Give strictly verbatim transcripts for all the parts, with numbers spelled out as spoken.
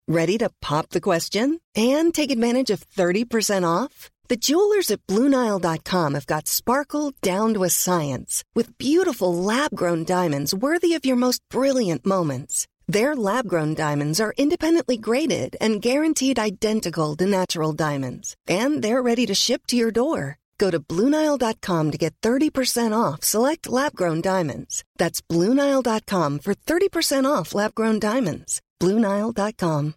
Ready to pop the question and take advantage of thirty percent off? The jewelers at Blue Nile dot com have got sparkle down to a science with beautiful lab-grown diamonds worthy of your most brilliant moments. Their lab-grown diamonds are independently graded and guaranteed identical to natural diamonds. And they're ready to ship to your door. Go to Blue Nile dot com to get thirty percent off select lab-grown diamonds. That's Blue Nile dot com for thirty percent off lab-grown diamonds. Blue Nile dot com.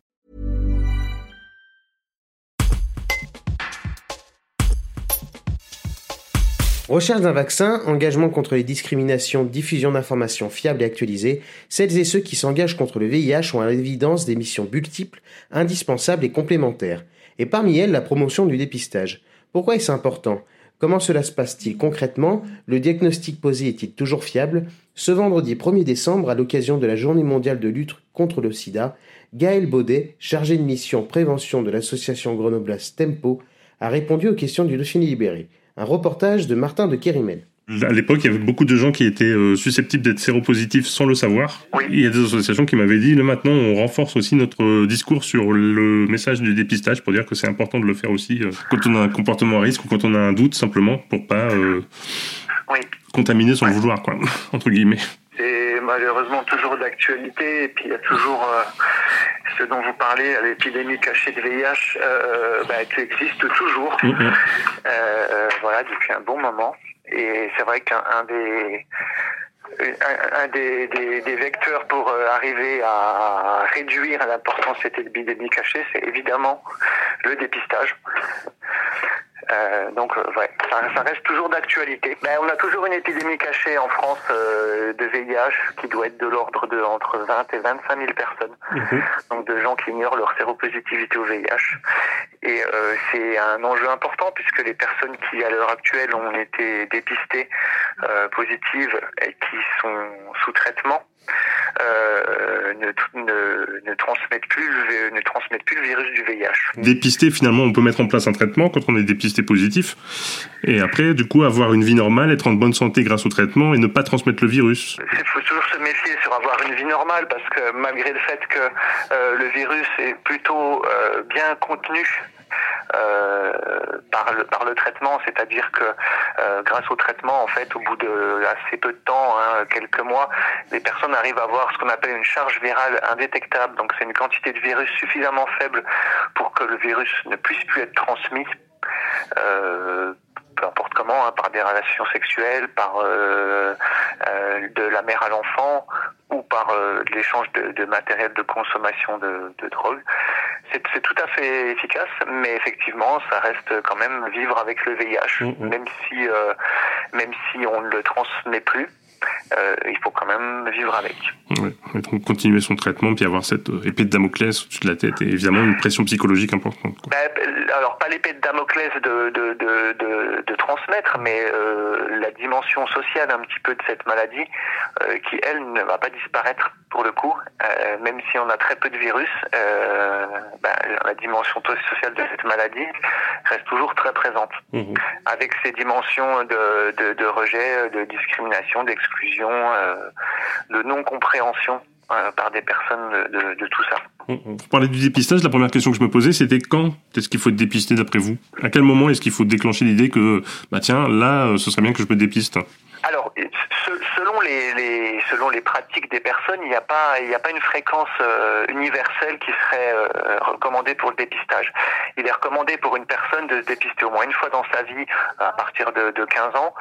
Recherche d'un vaccin, engagement contre les discriminations, diffusion d'informations fiables et actualisées, celles et ceux qui s'engagent contre le V I H ont à l'évidence des missions multiples, indispensables et complémentaires. Et parmi elles, la promotion du dépistage. Pourquoi est-ce important ? Comment cela se passe-t-il concrètement ? Le diagnostic posé est-il toujours fiable ? Ce vendredi premier décembre, à l'occasion de la Journée mondiale de lutte contre le sida, Gaël Baudet, chargé de mission prévention de l'association grenobloise Tempo, a répondu aux questions du Dauphiné libéré. Un reportage de Martin de Kérimel. À l'époque, il y avait beaucoup de gens qui étaient euh, susceptibles d'être séropositifs sans le savoir. Oui. Il y a des associations qui m'avaient dit, là maintenant, on renforce aussi notre discours sur le message du dépistage pour dire que c'est important de le faire aussi euh, quand on a un comportement à risque ou quand on a un doute, simplement, pour pas euh, oui. contaminer son ouais. vouloir, quoi, entre guillemets. C'est malheureusement toujours d'actualité, et puis il y a toujours euh, ce dont vous parlez, l'épidémie cachée de V I H, euh, bah, qui existe toujours, mmh. euh, voilà, depuis un bon moment. Et c'est vrai qu'un un des, un, un des, des, des vecteurs pour euh, arriver à réduire l'importance de cette épidémie cachée, c'est évidemment le dépistage. Euh, donc, euh, ouais, ça, ça reste toujours d'actualité. Ben, on a toujours une épidémie cachée en France euh, de V I H qui doit être de l'ordre de entre vingt et vingt-cinq mille personnes. Mmh. Donc, de gens qui ignorent leur séropositivité au V I H. Et euh, c'est un enjeu important puisque les personnes qui, à l'heure actuelle, ont été dépistées euh, positives et qui sont sous traitement, Euh, ne, ne, ne transmettent plus le, ne transmettent plus le virus du V I H. Dépister, finalement, on peut mettre en place un traitement quand on est dépisté positif, et après, du coup, avoir une vie normale, être en bonne santé grâce au traitement et ne pas transmettre le virus. Il faut toujours se méfier sur avoir une vie normale, parce que malgré le fait que euh, le virus est plutôt euh, bien contenu Euh, par le par le traitement, c'est-à-dire que euh, grâce au traitement, en fait, au bout de assez peu de temps, hein, quelques mois, les personnes arrivent à avoir ce qu'on appelle une charge virale indétectable. Donc c'est une quantité de virus suffisamment faible pour que le virus ne puisse plus être transmis, euh, peu importe comment, hein, par des relations sexuelles, par euh, euh, de la mère à l'enfant ou par euh, l'échange de, de matériel de consommation de, de drogue. C'est, c'est tout à fait efficace, mais effectivement, ça reste quand même vivre avec le V I H, mmh. même si euh, même si on ne le transmet plus. Euh, il faut quand même vivre avec. Ouais, et donc continuer son traitement, puis avoir cette épée de Damoclès au-dessus de la tête, et évidemment une pression psychologique importante. Quoi. Ben, alors pas l'épée de Damoclès de, de, de, de, de transmettre, mais euh, la dimension sociale un petit peu de cette maladie, euh, qui elle ne va pas disparaître pour le coup, euh, même si on a très peu de virus, euh, ben, la dimension sociale de cette maladie reste toujours très présente, mmh. avec ces dimensions de, de, de rejet, de discrimination, d'exclusion, euh, de non-compréhension euh, par des personnes de, de, de tout ça. Vous parlez du dépistage, la première question que je me posais, c'était quand est-ce qu'il faut être dépisté d'après vous ? À quel moment est-ce qu'il faut déclencher l'idée que, bah tiens, là, ce serait bien que je me dépiste ? Alors, selon les, les selon les pratiques des personnes, il n'y a pas il n'y a pas une fréquence euh, universelle qui serait euh, recommandée pour le dépistage. Il est recommandé pour une personne de se dépister au moins une fois dans sa vie à partir de, de quinze ans,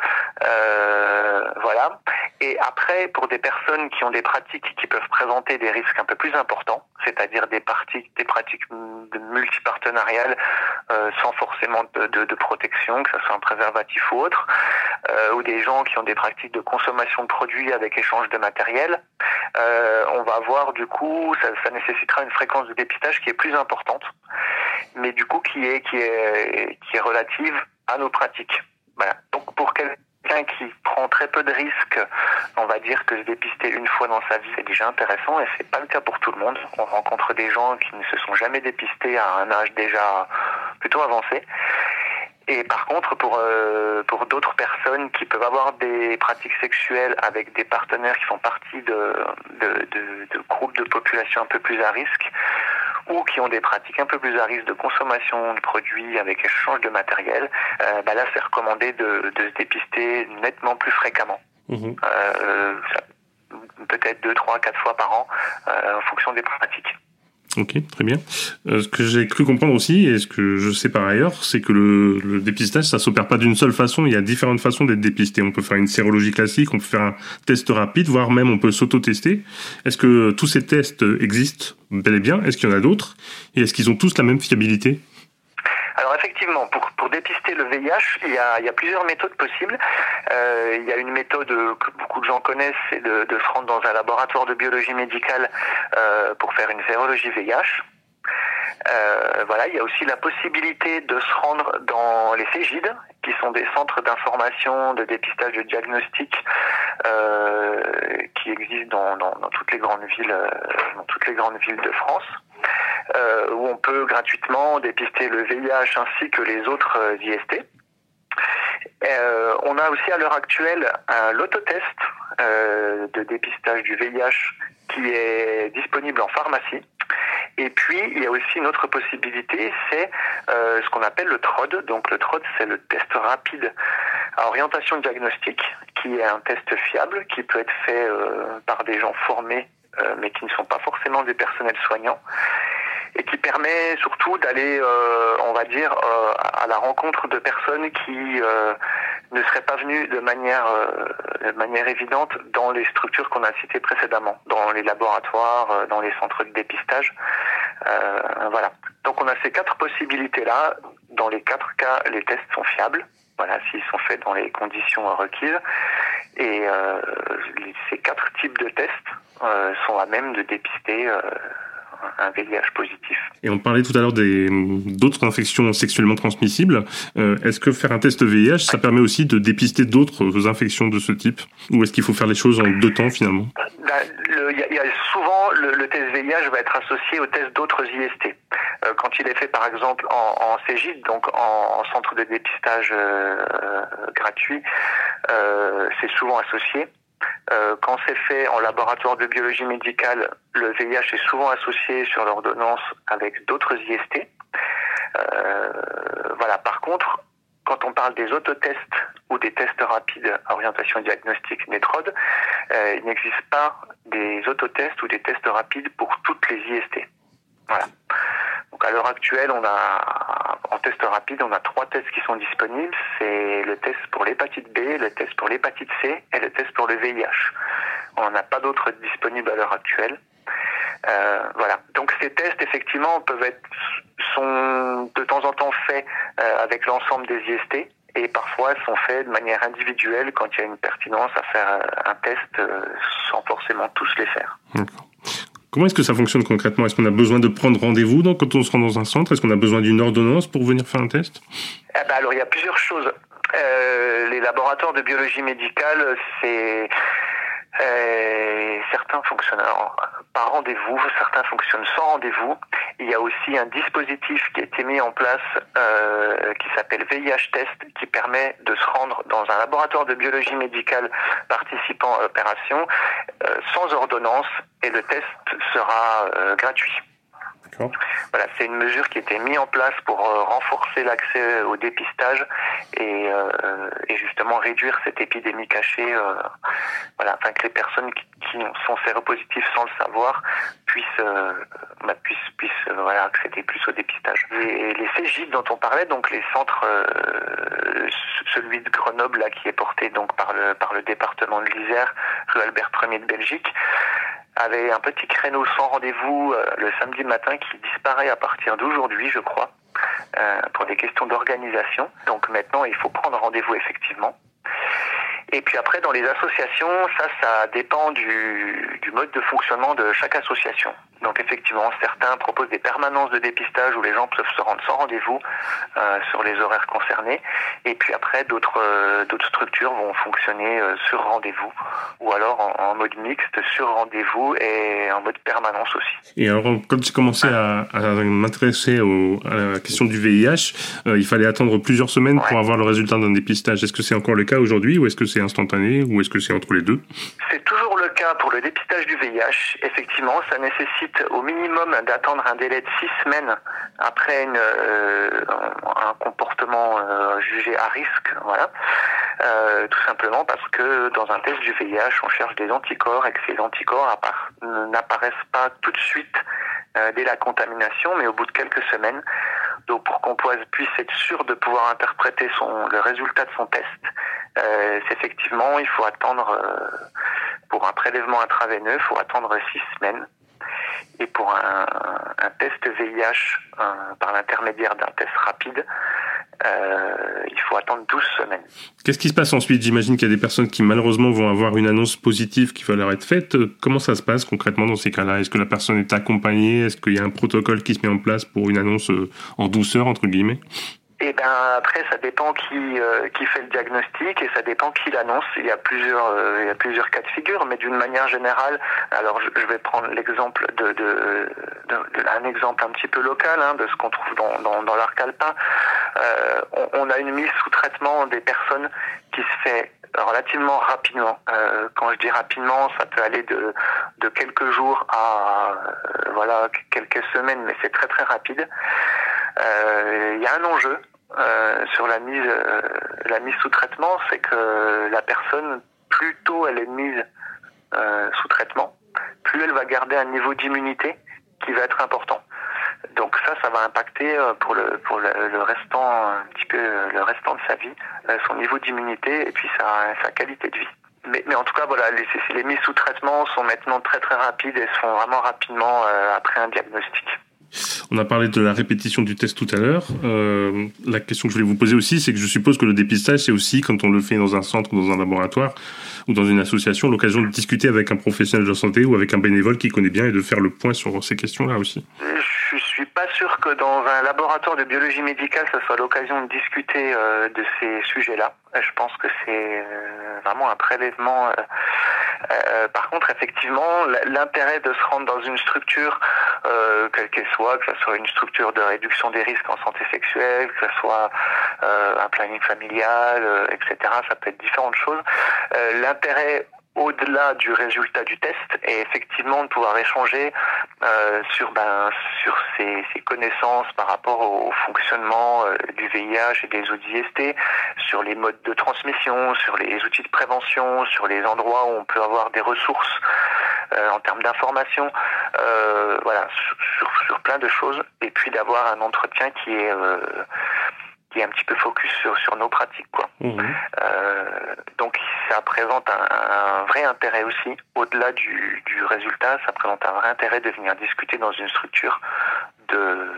euh, voilà. Et après, pour des personnes qui ont des pratiques qui peuvent présenter des risques un peu plus importants, c'est-à-dire des pratiques des pratiques multipartenariales euh, sans forcément de, de, de protection, que ce soit un préservatif ou autre, euh, ou des gens qui ont des pratiques de consommation de produits avec échange de matériel, euh, on va voir du coup, ça, ça nécessitera une fréquence de dépistage qui est plus importante, mais du coup qui est qui est qui est relative à nos pratiques. Voilà. Donc pour quelqu'un qui prend très peu de risques, on va dire que se dépister une fois dans sa vie c'est déjà intéressant, et c'est pas le cas pour tout le monde. On rencontre des gens qui ne se sont jamais dépistés à un âge déjà plutôt avancé. Et par contre, pour euh, pour d'autres personnes qui peuvent avoir des pratiques sexuelles avec des partenaires qui font partie de de, de, de groupes de population un peu plus à risque, ou qui ont des pratiques un peu plus à risque de consommation de produits avec échange de matériel, euh, bah là c'est recommandé de, de se dépister nettement plus fréquemment. Mmh. Euh, ça, peut-être deux, trois, quatre fois par an euh, en fonction des pratiques. Ok, très bien. Euh, ce que j'ai cru comprendre aussi, et ce que je sais par ailleurs, c'est que le, le dépistage, ça s'opère pas d'une seule façon. Il y a différentes façons d'être dépisté. On peut faire une sérologie classique, on peut faire un test rapide, voire même on peut s'auto-tester. Est-ce que tous ces tests existent bel et bien? Est-ce qu'il y en a d'autres? Et est-ce qu'ils ont tous la même fiabilité? Alors effectivement, pour, pour dépister le V I H, il y a, il y a plusieurs méthodes possibles. Euh, il y a une méthode que beaucoup de gens connaissent, c'est de, de se rendre dans un laboratoire de biologie médicale euh, pour faire une sérologie V I H. Euh, voilà, il y a aussi la possibilité de se rendre dans les CEGID, qui sont des centres d'information, de dépistage, de diagnostic, euh, qui existent dans, dans, dans toutes les grandes villes, dans toutes les grandes villes de France. Euh, où on peut gratuitement dépister le V I H ainsi que les autres euh, I S T. Euh, on a aussi à l'heure actuelle un l'autotest euh, de dépistage du V I H qui est disponible en pharmacie. Et puis, il y a aussi une autre possibilité, c'est euh, ce qu'on appelle le T R O D. Donc le T R O D, c'est le test rapide à orientation diagnostique, qui est un test fiable, qui peut être fait euh, par des gens formés, euh, mais qui ne sont pas forcément des personnels soignants, et qui permet surtout d'aller, euh, on va dire, euh, à la rencontre de personnes qui euh, ne seraient pas venues de manière, euh, de manière évidente dans les structures qu'on a citées précédemment, dans les laboratoires, euh, dans les centres de dépistage. Euh, voilà. Donc on a ces quatre possibilités-là. Dans les quatre cas, les tests sont fiables. Voilà, s'ils sont faits dans les conditions requises. Et euh, ces quatre types de tests euh, sont à même de dépister euh, un V I H positif. Et on parlait tout à l'heure des, d'autres infections sexuellement transmissibles. Euh, est-ce que faire un test V I H, ça permet aussi de dépister d'autres infections de ce type? Ou est-ce qu'il faut faire les choses en deux temps finalement? Il y, y a souvent le, le test V I H va être associé au test d'autres I S T. Euh, quand il est fait par exemple en, en CEGID, donc en, en centre de dépistage euh, gratuit, euh, c'est souvent associé. Euh, quand c'est fait en laboratoire de biologie médicale, le V I H est souvent associé sur l'ordonnance avec d'autres I S T. Euh, voilà. Par contre, quand on parle des autotests ou des tests rapides à orientation diagnostique N E T R O D, euh, il n'existe pas des autotests ou des tests rapides pour toutes les I S T. Voilà. Donc à l'heure actuelle, on a en test rapide, on a trois tests qui sont disponibles. C'est le test pour l'hépatite B, le test pour l'hépatite C et le test pour le V I H. On n'en a pas d'autres disponibles à l'heure actuelle. Euh, voilà. Donc ces tests, effectivement, peuvent être sont de temps en temps faits euh, avec l'ensemble des I S T et parfois sont faits de manière individuelle quand il y a une pertinence à faire un test euh, sans forcément tous les faire. D'accord. Comment est-ce que ça fonctionne concrètement? Est-ce qu'on a besoin de prendre rendez-vous donc, quand on se rend dans un centre? Est-ce qu'on a besoin d'une ordonnance pour venir faire un test? Eh ben alors, il y a plusieurs choses. Euh, les laboratoires de biologie médicale, c'est... Euh, certains fonctionnent par rendez-vous, certains fonctionnent sans rendez-vous. Il y a aussi un dispositif qui a été mis en place euh, qui s'appelle V I H Test, qui permet de se rendre dans un laboratoire de biologie médicale participant à l'opération euh, sans ordonnance et le test sera euh, gratuit. D'accord. Voilà, c'est une mesure qui a été mise en place pour euh, renforcer l'accès au dépistage et, euh, et justement réduire cette épidémie cachée, euh, voilà, afin que les personnes qui, qui sont séropositives sans le savoir puissent, euh, bah, puissent, puissent euh, voilà, accéder plus au dépistage. Et les CEGID dont on parlait, donc les centres, euh, celui de Grenoble là, qui est porté donc par le, par le département de l'Isère, rue Albert Ier de Belgique, avait un petit créneau sans rendez-vous euh, le samedi matin qui disparaît à partir d'aujourd'hui, je crois, euh, pour des questions d'organisation. Donc maintenant, il faut prendre rendez-vous effectivement. Et puis après, dans les associations, ça, ça dépend du, du mode de fonctionnement de chaque association. Donc effectivement, certains proposent des permanences de dépistage où les gens peuvent se rendre sans rendez-vous euh, sur les horaires concernés. Et puis après, d'autres euh, d'autres structures vont fonctionner euh, sur rendez-vous ou alors en, en mode mixte, sur rendez-vous et en mode permanence aussi. Et alors, quand j'ai commencé à, à m'intéresser au, à la question du V I H, euh, il fallait attendre plusieurs semaines ouais. pour avoir le résultat d'un dépistage. Est-ce que c'est encore le cas aujourd'hui ou est-ce que c'est instantané ou est-ce que c'est entre les deux? C'est toujours le cas pour le dépistage du V I H. Effectivement, ça nécessite nécessite au minimum d'attendre un délai de six semaines après une, euh, un comportement euh, jugé à risque, voilà. Euh, tout simplement parce que dans un test du V I H, on cherche des anticorps et que ces anticorps appara- n'apparaissent pas tout de suite euh, dès la contamination, mais au bout de quelques semaines. Donc pour qu'on puisse être sûr de pouvoir interpréter son, le résultat de son test, euh, c'est effectivement, il faut attendre, euh, pour un prélèvement intraveineux, il faut attendre six semaines. Et pour un, un test V I H un, par l'intermédiaire d'un test rapide, euh, il faut attendre douze semaines. Qu'est-ce qui se passe ensuite ? J'imagine qu'il y a des personnes qui malheureusement vont avoir une annonce positive qui va leur être faite. Comment ça se passe concrètement dans ces cas-là ? Est-ce que la personne est accompagnée ? Est-ce qu'il y a un protocole qui se met en place pour une annonce en douceur, entre guillemets ? Et ben après, ça dépend qui euh, qui fait le diagnostic et ça dépend qui l'annonce. Il y a plusieurs euh, il y a plusieurs cas de figure, mais d'une manière générale, alors je, je vais prendre l'exemple de, de, de, de un exemple un petit peu local, hein, de ce qu'on trouve dans dans, dans l'arc alpin. Euh, on, on a une mise sous traitement des personnes qui se fait relativement rapidement. Euh, quand je dis rapidement, ça peut aller de de quelques jours à euh, voilà quelques semaines, mais c'est très très rapide. Il euh, y a un enjeu euh, sur la mise, euh, la mise sous traitement, c'est que la personne, plus tôt elle est mise euh, sous traitement, plus elle va garder un niveau d'immunité qui va être important. Donc ça, ça va impacter euh, pour le pour le, le restant un petit peu le restant de sa vie, euh, son niveau d'immunité et puis sa sa qualité de vie. Mais, mais en tout cas, voilà, les, les mises sous traitement sont maintenant très très rapides et se font vraiment rapidement euh, après un diagnostic. On a parlé de la répétition du test tout à l'heure. Euh, la question que je voulais vous poser aussi, c'est que je suppose que le dépistage, c'est aussi, quand on le fait dans un centre ou dans un laboratoire ou dans une association, l'occasion de discuter avec un professionnel de la santé ou avec un bénévole qui connaît bien et de faire le point sur ces questions-là aussi. Je suis pas sûr que dans un laboratoire de biologie médicale, ça soit l'occasion de discuter euh, de ces sujets-là. Je pense que c'est euh, vraiment un prélèvement. Euh, euh, par contre, effectivement, l'intérêt de se rendre dans une structure, euh, quelle qu'elle soit, que ce soit une structure de réduction des risques en santé sexuelle, que ce soit euh, un planning familial, euh, et cetera, ça peut être différentes choses. Euh, l'intérêt au-delà du résultat du test et effectivement de pouvoir échanger euh, sur ben sur ses, ses connaissances par rapport au fonctionnement euh, du V I H et des O D I S T, sur les modes de transmission, sur les outils de prévention, sur les endroits où on peut avoir des ressources euh, en termes d'information, euh, voilà, sur, sur, sur plein de choses, et puis d'avoir un entretien qui est euh, qui est un petit peu focus sur, sur nos pratiques, quoi. Mmh. Euh, donc ça présente un, un vrai intérêt aussi, au-delà du, du résultat, ça présente un vrai intérêt de venir discuter dans une structure de,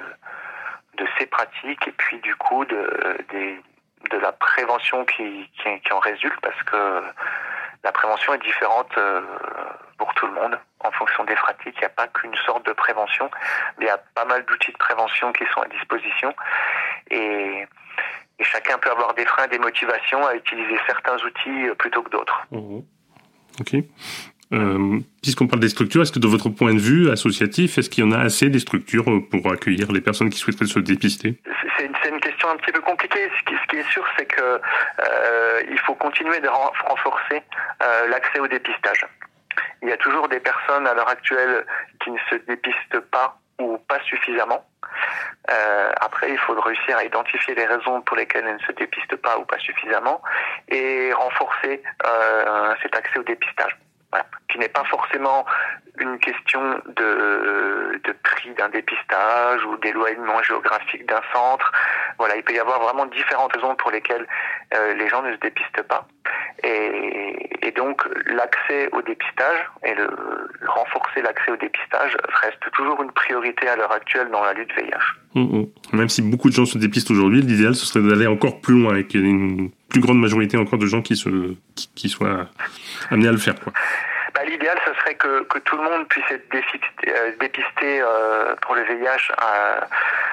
de ces pratiques et puis du coup de, des, de la prévention qui, qui, qui en résulte, parce que la prévention est différente euh, pour tout le monde en fonction des pratiques. Il n'y a pas qu'une sorte de prévention, mais il y a pas mal d'outils de prévention qui sont à disposition. Et, et chacun peut avoir des freins, des motivations à utiliser certains outils plutôt que d'autres. Mmh. Ok. Euh, puisqu'on parle des structures, est-ce que de votre point de vue associatif, est-ce qu'il y en a assez des structures pour accueillir les personnes qui souhaiteraient se dépister ? C'est une, c'est une question un petit peu compliquée. Ce qui, ce qui est sûr, c'est que euh, il faut continuer de renforcer euh, l'accès au dépistage. Il y a toujours des personnes à l'heure actuelle qui ne se dépistent pas ou pas suffisamment. Euh, après, il faut réussir à identifier les raisons pour lesquelles elles ne se dépistent pas ou pas suffisamment et renforcer euh, cet accès au dépistage. Voilà. Qui n'est pas forcément une question de, de prix d'un dépistage ou d'éloignement géographique d'un centre. Voilà, il peut y avoir vraiment différentes raisons pour lesquelles euh, les gens ne se dépistent pas. Et, et donc, l'accès au dépistage et le, le renforcer l'accès au dépistage reste toujours une priorité à l'heure actuelle dans la lutte V I H. Mmh, mmh. Même si beaucoup de gens se dépistent aujourd'hui, l'idéal, ce serait d'aller encore plus loin et qu'il y ait une plus grande majorité encore de gens qui, se, qui, qui soient amenés à le faire, quoi. Bah, l'idéal, ce serait que, que tout le monde puisse être dépisté, euh, dépisté euh, pour le V I H à,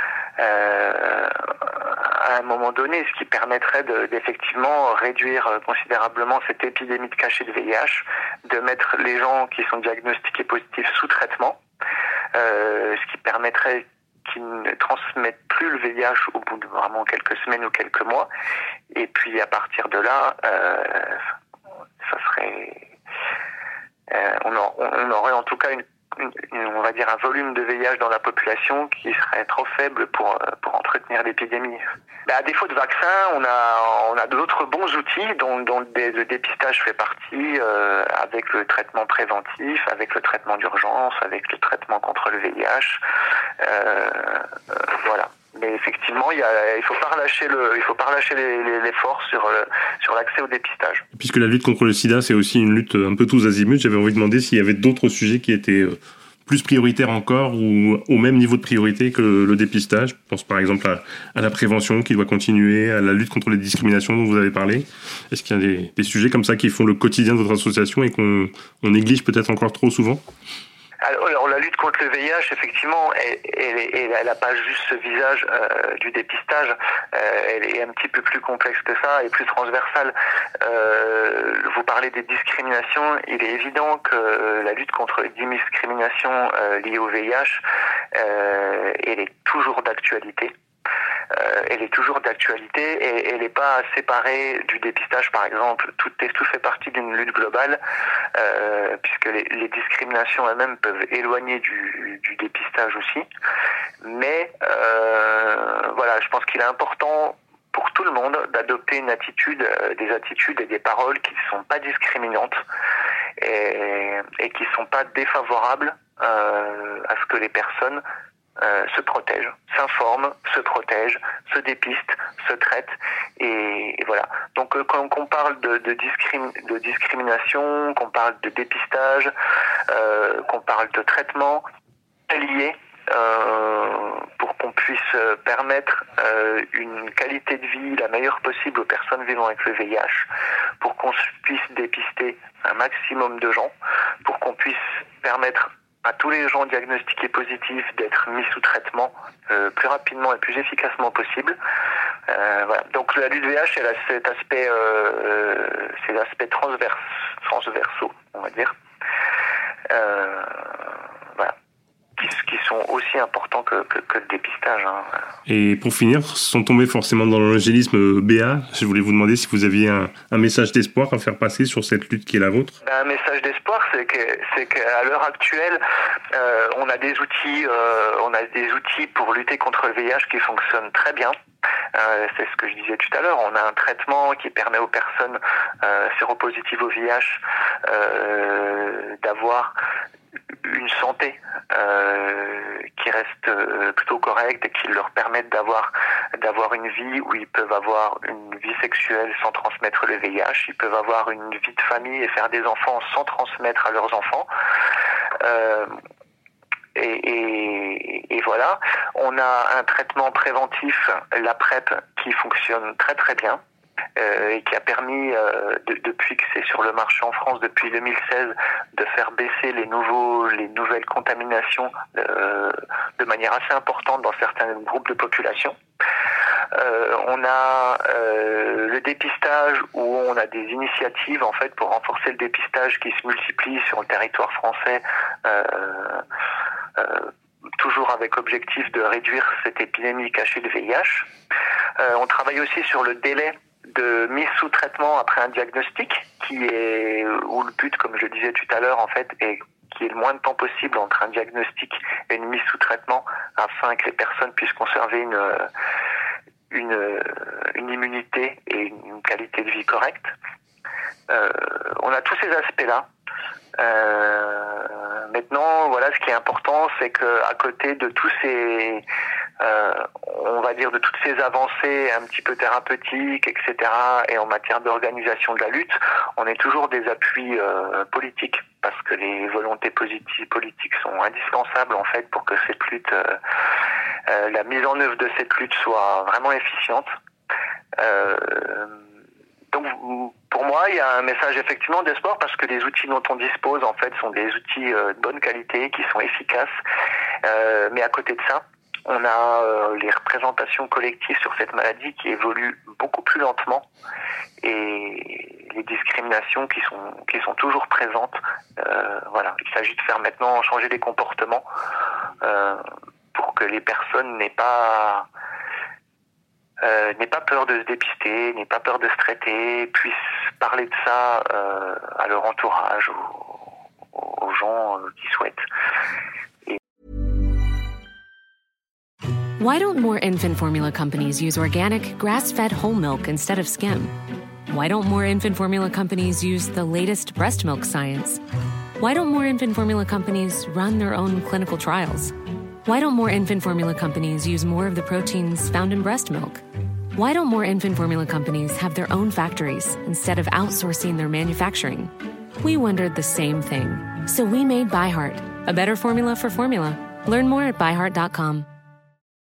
euh, à un moment donné, ce qui permettrait de, d'effectivement réduire considérablement cette épidémie de cachet de V I H, de mettre les gens qui sont diagnostiqués positifs sous traitement, euh, ce qui permettrait qu'ils ne transmettent plus le V I H au bout de vraiment quelques semaines ou quelques mois. Et puis à partir de là, euh, ça serait... Euh, on, a, on aurait en tout cas une, une, une, on va dire un volume de V I H dans la population qui serait trop faible pour pour entretenir l'épidémie. Ben, à défaut de vaccin, on a on a d'autres bons outils dont, dont le dépistage fait partie, euh, avec le traitement préventif, avec le traitement d'urgence, avec le traitement contre le V I H. Euh, euh, voilà. Mais effectivement, il y a, il faut pas relâcher le, il faut pas relâcher les, les, l'effort sur le, sur l'accès au dépistage. Puisque la lutte contre le sida, c'est aussi une lutte un peu tous azimuts, j'avais envie de demander s'il y avait d'autres sujets qui étaient plus prioritaires encore ou au même niveau de priorité que le dépistage. Je pense par exemple à, à la prévention qui doit continuer, à la lutte contre les discriminations dont vous avez parlé. Est-ce qu'il y a des, des sujets comme ça qui font le quotidien de votre association et qu'on on néglige peut-être encore trop souvent ? Alors la lutte contre le V I H, effectivement, elle n'a pas juste ce visage euh, du dépistage, euh, elle est un petit peu plus complexe que ça et plus transversale. Euh, vous parlez des discriminations, il est évident que la lutte contre les discriminations euh, liées au V I H, euh, elle est toujours d'actualité. Euh, elle est toujours d'actualité et elle n'est pas séparée du dépistage, par exemple. Tout, est, tout fait partie d'une lutte globale, euh, puisque les, les discriminations elles-mêmes peuvent éloigner du, du dépistage aussi. Mais euh, voilà, je pense qu'il est important pour tout le monde d'adopter une attitude, euh, des attitudes et des paroles qui ne sont pas discriminantes et, et qui ne sont pas défavorables euh, à ce que les personnes Euh, se protègent, s'informent, se protègent, se dépistent, se traitent et, et voilà. Donc euh, quand on parle de, de, discrim- de discrimination, qu'on parle de dépistage, euh, qu'on parle de traitement, lié euh, pour qu'on puisse permettre euh, une qualité de vie la meilleure possible aux personnes vivant avec le V I H, pour qu'on puisse dépister un maximum de gens, pour qu'on puisse permettre à tous les gens diagnostiqués positifs d'être mis sous traitement euh, plus rapidement et plus efficacement possible. Euh, voilà. Donc la lutte V I H, elle a cet aspect, euh, ces aspects transverses, transversaux, on va dire. Euh, voilà. Qui, qui sont aussi importants que, que, que le dépistage. Hein. Et pour finir, sans tomber forcément dans l'angélisme B A, je voulais vous demander si vous aviez un, un message d'espoir à faire passer sur cette lutte qui est la vôtre. Un message d'espoir, c'est que c'est qu'à l'heure actuelle, euh, on a des outils, euh, on a des outils pour lutter contre le V I H qui fonctionnent très bien. Euh, c'est ce que je disais tout à l'heure. On a un traitement qui permet aux personnes euh, séropositives au V I H euh, d'avoir une santé euh, qui reste euh, plutôt correcte et qui leur permettent d'avoir d'avoir une vie où ils peuvent avoir une vie sexuelle sans transmettre le V I H, ils peuvent avoir une vie de famille et faire des enfants sans transmettre à leurs enfants. Euh, et, et, et voilà, on a un traitement préventif, la PrEP, qui fonctionne très très bien. Euh, et qui a permis, euh, de, depuis que c'est sur le marché en France depuis deux mille seize, de faire baisser les nouveaux, les nouvelles contaminations euh, de manière assez importante dans certains groupes de population. Euh, on a euh, le dépistage où on a des initiatives en fait pour renforcer le dépistage qui se multiplient sur le territoire français. Euh, euh, toujours avec objectif de réduire cette épidémie cachée de V I H. Euh, on travaille aussi sur le délai de mise sous traitement après un diagnostic, qui est où le but, comme je le disais tout à l'heure, en fait, est qui est le moins de temps possible entre un diagnostic et une mise sous traitement, afin que les personnes puissent conserver une une, une immunité et une qualité de vie correcte. Euh, on a tous ces aspects-là. Euh, maintenant, voilà, ce qui est important, c'est que à côté de tous ces Euh, on va dire de toutes ces avancées un petit peu thérapeutiques, et cetera, et en matière d'organisation de la lutte, on est toujours des appuis euh, politiques, parce que les volontés positives politiques sont indispensables en fait pour que cette lutte, euh, euh, la mise en œuvre de cette lutte soit vraiment efficiente. Euh, donc pour moi, il y a un message effectivement d'espoir, parce que les outils dont on dispose en fait sont des outils euh, de bonne qualité, qui sont efficaces, euh, mais à côté de ça, on a euh, les représentations collectives sur cette maladie qui évoluent beaucoup plus lentement, et les discriminations qui sont qui sont toujours présentes. Euh, voilà, il s'agit de faire maintenant changer les comportements euh, pour que les personnes n'aient pas euh, n'aient pas peur de se dépister, n'aient pas peur de se traiter, puissent parler de ça euh, à leur entourage, aux, aux gens enfants euh, qui souhaitent. Et... Why don't more infant formula companies use organic, grass-fed whole milk instead of skim? Why don't more infant formula companies use the latest breast milk science? Why don't more infant formula companies run their own clinical trials? Why don't more infant formula companies use more of the proteins found in breast milk? Why don't more infant formula companies have their own factories instead of outsourcing their manufacturing? We wondered the same thing. So we made ByHeart, a better formula for formula. Learn more at by heart dot com.